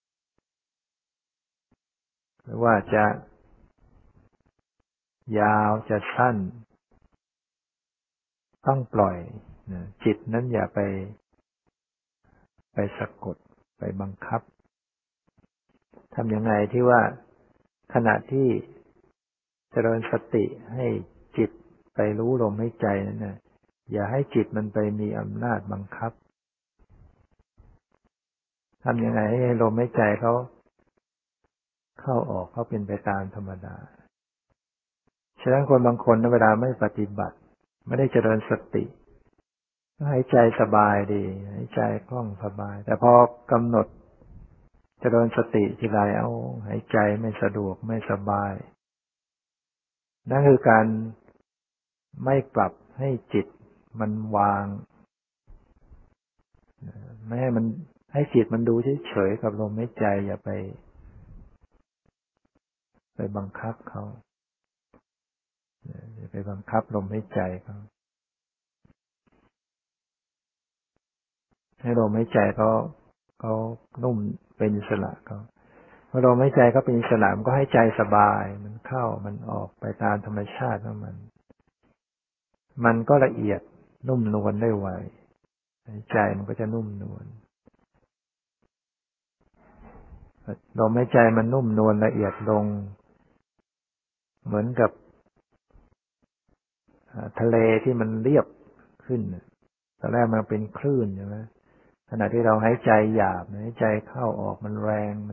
หรือว่าจะยาวจะสั้นต้องปล่อยจิตนั้นอย่าไปไปสะกดไปบังคับทำยังไงที่ว่าขณะที่เจริญสติให้จิตไปรู้ลมหายใจนั้นนะอย่าให้จิตมันไปมีอำนาจบังคับทำยังไงให้ลมหายใจเขาเข้าออกเขาเป็นไปตามธรรมดาฉะนั้นคนบางคนเวลาไม่ปฏิบัติไม่ได้เจริญสติหายใจสบายดีหายใจคล่องสบายแต่พอกำหนดเจริญสติทีไรเอาหายใจไม่สะดวกไม่สบายนั่นคือการไม่ปรับให้จิตมันวางไม่ให้มันให้จิตมันดูเฉยๆกับลมหายใจอย่าไปไปบังคับเขาอย่าไปบังคับลมหายใจเขาให้ลมหายใจเขาเขานุ่มเป็นอิสระเขาพอลมหายใจเขาเป็นอิสระมันก็ให้ใจสบายมันเข้ามันออกไปตามธรรมชาติของมันมันก็ละเอียดนุ่มนวลได้ไวใจมันก็จะนุ่มนวลลมหายใจมันนุ่มนวลละเอียดลงเหมือนกับทะเลที่มันเรียบขึ้นตอนแรกมันเป็นคลื่นใช่ไหมขณะที่เราหายใจหยาบหายใจเข้าออกมันแรงมัน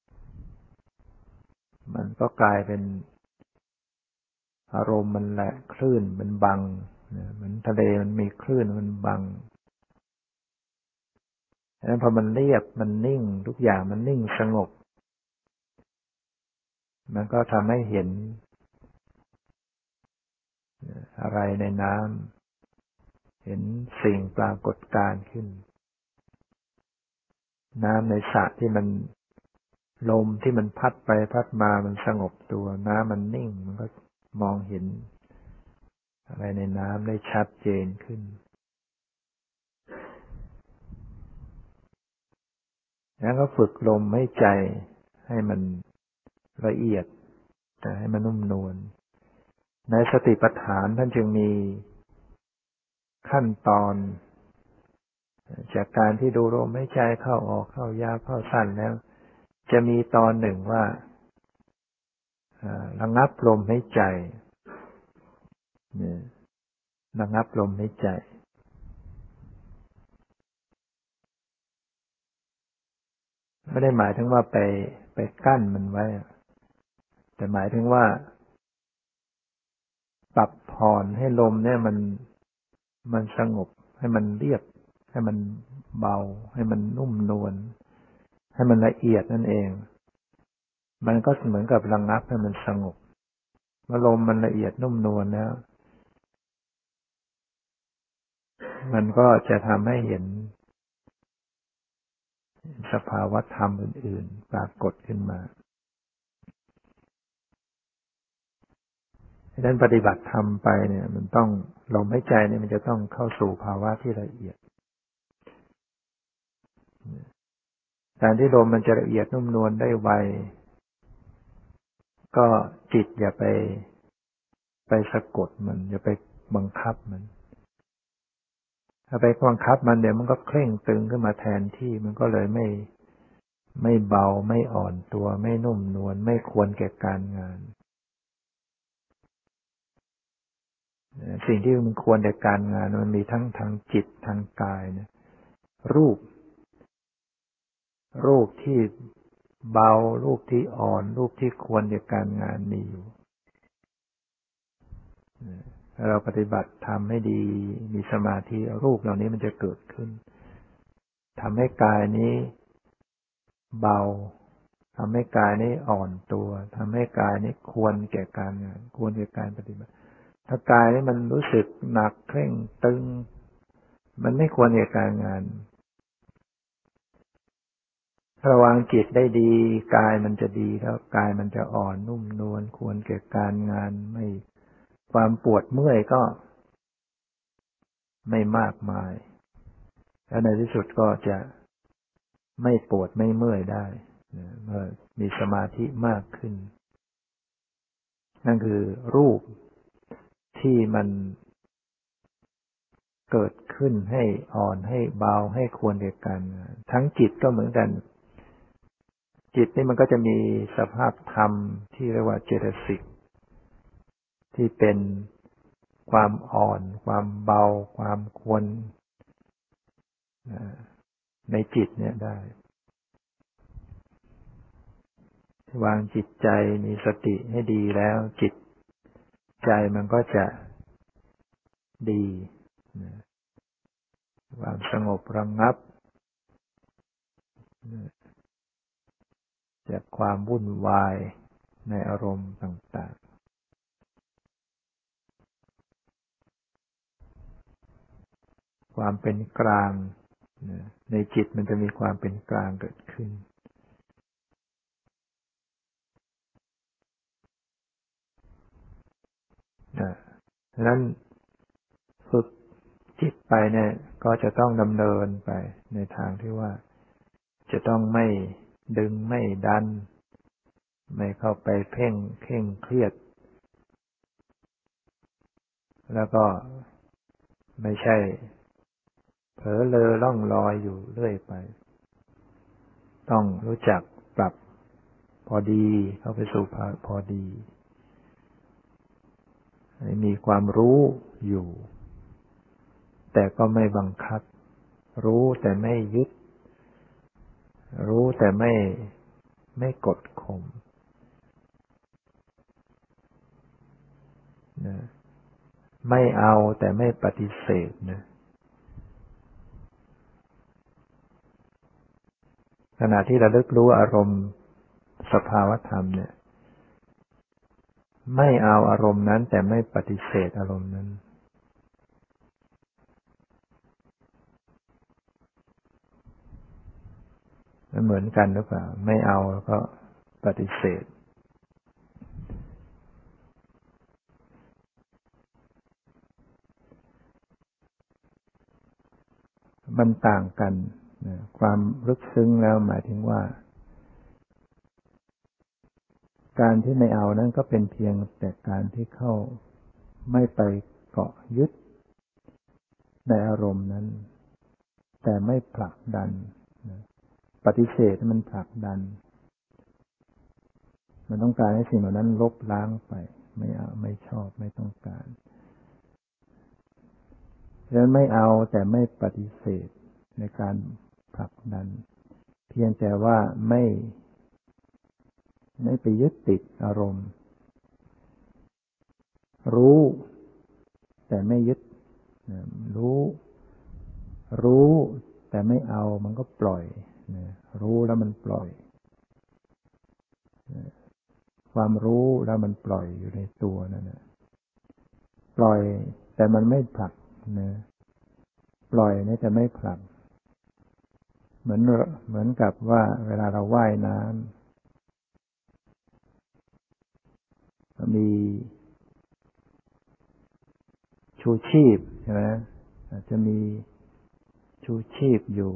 มันก็กลายเป็นอารมณ์มันแหละคลื่นมันบังเหมือนทะเลมันมีคลื่นมันบังดังนั้นพอมันเรียบมันนิ่งทุกอย่างมันนิ่งสงบมันก็ทำให้เห็นอะไรในน้ำเห็นสิ่งปรากฏการณ์ขึ้นน้ำในสระที่มันลมที่มันพัดไปพัดมามันสงบตัวน้ำมันนิ่งมันก็มองเห็นอะไรในน้ำได้ชัดเจนขึ้นแล้วก็ฝึกลมให้ใจให้มันละเอียดแต่ให้มันนุ่มนวลในสติปัฏฐานท่านจึงมีขั้นตอนจากการที่ดูลมหายใจเข้าออกเข้ายาวเข้าสั้นแล้วจะมีตอนหนึ่งว่าระงับลมหายใจระงับลมหายใจไม่ได้หมายถึงว่าไปไปกั้นมันไว้แต่หมายถึงว่าปรับผ่อนให้ลมเนี่ยมันมันสงบให้มันเรียบให้มันเบาให้มันนุ่มนวลให้มันละเอียดนั่นเองมันก็เหมือนกับระงับให้มันสงบเมื่อลมมันละเอียดนุ่มนวลแล้วมันก็จะทำให้เห็นสภาวะธรรมอื่นๆปรากฏขึ้นมาดังนั้นปฏิบัติธรรมไปเนี่ยมันต้องลมหายใจเนี่ยมันจะต้องเข้าสู่ภาวะที่ละเอียดการที่ลมมันจะละเอียดนุ่มนวลได้ไวก็จิตอย่าไปไปสะกดมันอย่าไปบังคับมันถ้าไปบังคับมันเดี๋ยวมันก็เคร่งตึงขึ้นมาแทนที่มันก็เลยไม่ไม่เบาไม่อ่อนตัวไม่นุ่มนวลไม่ควรแก่การงานสิ่งที่มันควรแก่การงานมันมีทั้งทางจิตทางกายเนี่ยรูปรูปที่เบารูปที่อ่อนรูปที่ควรแก่การงานมีอยู่ถ้าเราปฏิบัติทำให้ดีมีสมาธิรูปเหล่านี้มันจะเกิดขึ้นทำให้กายนี้เบาทำให้กายนี้อ่อนตัวทำให้กายนี้ควรแก่การงานควรแก่การปฏิบัติถ้ากายนี้มันรู้สึกหนักเคร่งตึงมันไม่ควรแก่การงานระวังจิตได้ดีกายมันจะดีแล้วกายมันจะอ่อนนุ่มนวลควรแก่การงานไม่ความปวดเมื่อยก็ไม่มากมายแล้วในที่สุดก็จะไม่ปวดไม่เมื่อยได้เมื่อมีสมาธิมากขึ้นนั่นคือรูปที่มันเกิดขึ้นให้อ่อนให้เบาให้ควรแก่การงานทั้งจิตก็เหมือนกันจิตนี่มันก็จะมีสภาพธรรมที่เรียกว่าเจตสิกที่เป็นความอ่อนความเบาความควรในจิตเนี่ยได้วางจิตใจมีสติให้ดีแล้วจิตใจมันก็จะดีความสงบระงับจากความวุ่นวายในอารมณ์ต่างๆความเป็นกลางในจิตมันจะมีความเป็นกลางเกิดขึ้นดังนั้นฝึกจิตไปเนี่ยก็จะต้องดำเนินไปในทางที่ว่าจะต้องไม่ดึงไม่ดันไม่เข้าไปเพ่งเคร่งเครียดแล้วก็ไม่ใช่เผลอเลอล่องลอยอยู่เรื่อยไปต้องรู้จักปรับพอดีเข้าไปสู่พอดีมีความรู้อยู่แต่ก็ไม่บังคับรู้แต่ไม่ยึดรู้แต่ไม่ไม่กดข่มนะไม่เอาแต่ไม่ปฏิเสธนะขณะที่ระลึกรู้อารมณ์สภาวธรรมเนี่ยไม่เอาอารมณ์นั้นแต่ไม่ปฏิเสธอารมณ์นั้นมันเหมือนกันหรือเปล่าไม่เอาแล้วก็ปฏิเสธมันต่างกันความลึกซึ้งแล้วหมายถึงว่าการที่ไม่เอานั้นก็เป็นเพียงแต่การที่เข้าไม่ไปเกาะยึดในอารมณ์นั้นแต่ไม่ผลักดันปฏิเสธมันผลักดันมันต้องการให้สิ่งเหล่านั้นลบล้างไปไม่เอาไม่ชอบไม่ต้องการดังนั้นไม่เอาแต่ไม่ปฏิเสธในการผลักดันเพียงแต่ว่าไม่ไม่ไปยึดติดอารมณ์รู้แต่ไม่ยึดรู้รู้แต่ไม่เอามันก็ปล่อยรู้แล้วมันปล่อยความรู้แล้วมันปล่อยอยู่ในตัวนั่นแหละปล่อยแต่มันไม่ผลักนะปล่อยนี่แต่ไม่ผลักเหมือนเหมือนกับว่าเวลาเราว่ายน้ำมีชูชีพใช่ไหมอาจจะมีชูชีพอยู่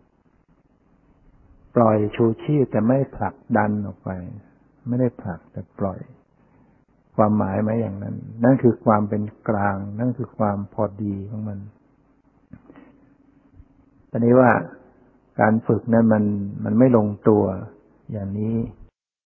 ปล่อยชูชีพแต่ไม่ผลักดันออกไปไม่ได้ผลักแต่ปล่อยความหมายไหมอย่างนั้นนั่นคือความเป็นกลางนั่นคือความพอดีของมันตอนนี้ว่าการฝึกนั้นมันมันไม่ลงตัวอย่างนี้